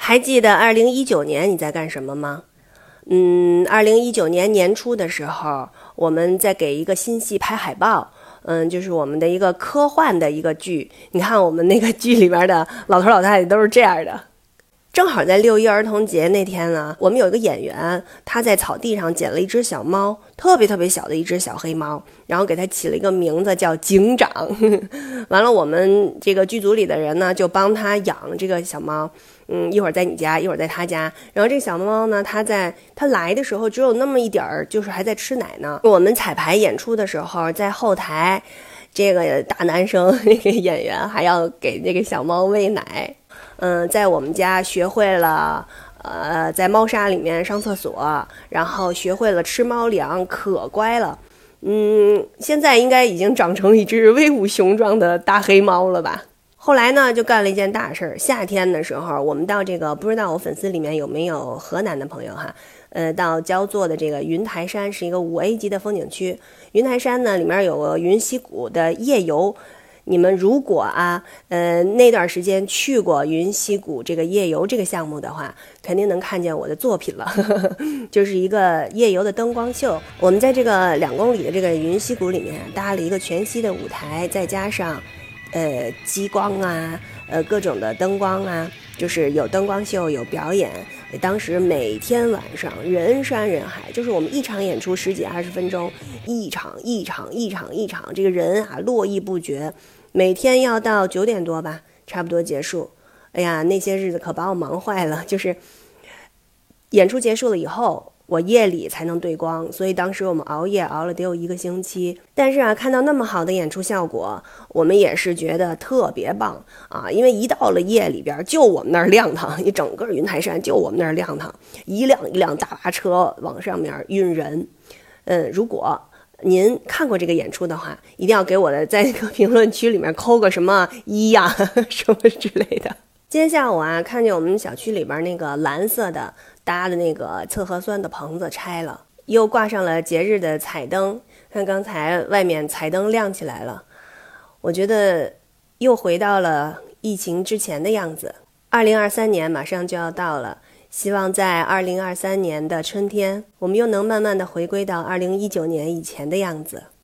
还记得2019年你在干什么吗？2019年年初的时候，我们在给一个新戏拍海报，就是我们的一个科幻的一个剧。你看我们那个剧里边的老头老太太都是这样的。正好在6一儿童节那天呢，我们有一个演员，他在草地上捡了一只小猫，特别特别小的一只小黑猫，然后给它起了一个名字叫警长。完了，我们这个剧组里的人呢，就帮他养这个小猫。一会儿在你家，一会儿在他家。然后这个小猫呢，它来的时候只有那么一点儿，就是还在吃奶呢。我们彩排演出的时候，在后台，这个大男生那个演员还要给那个小猫喂奶。在我们家学会了，在猫砂里面上厕所，然后学会了吃猫粮，可乖了。现在应该已经长成一只威武雄壮的大黑猫了吧。后来呢，就干了一件大事儿。夏天的时候，我们到这个，不知道我粉丝里面有没有河南的朋友哈，到焦作的这个云台山，是一个5A 级的风景区。云台山呢，里面有个云溪谷的夜游。你们如果那段时间去过云溪谷这个夜游这个项目的话，肯定能看见我的作品了。就是一个夜游的灯光秀。我们在这个2公里的这个云溪谷里面搭了一个全息的舞台，再加上激光啊，各种的灯光啊，就是有灯光秀，有表演。当时每天晚上人山人海，就是我们一场演出10几20分钟，一场，这个人啊络绎不绝。每天要到9点多吧，差不多结束。哎呀，那些日子可把我忙坏了。就是演出结束了以后，我夜里才能对光，所以当时我们熬夜熬了得有1个星期。但是看到那么好的演出效果，我们也是觉得特别棒啊！因为一到了夜里边，就我们那儿亮堂，一整个云台山就我们那儿亮堂，一辆一辆大巴车往上面运人。如果您看过这个演出的话，一定要给我的在那个评论区里面扣个什么1呀什么之类的。今天下午看见我们小区里边那个蓝色的搭的那个测核酸的棚子拆了，又挂上了节日的彩灯。看刚才外面彩灯亮起来了，我觉得又回到了疫情之前的样子。2023年马上就要到了，希望在2023年的春天，我们又能慢慢的回归到2019年以前的样子。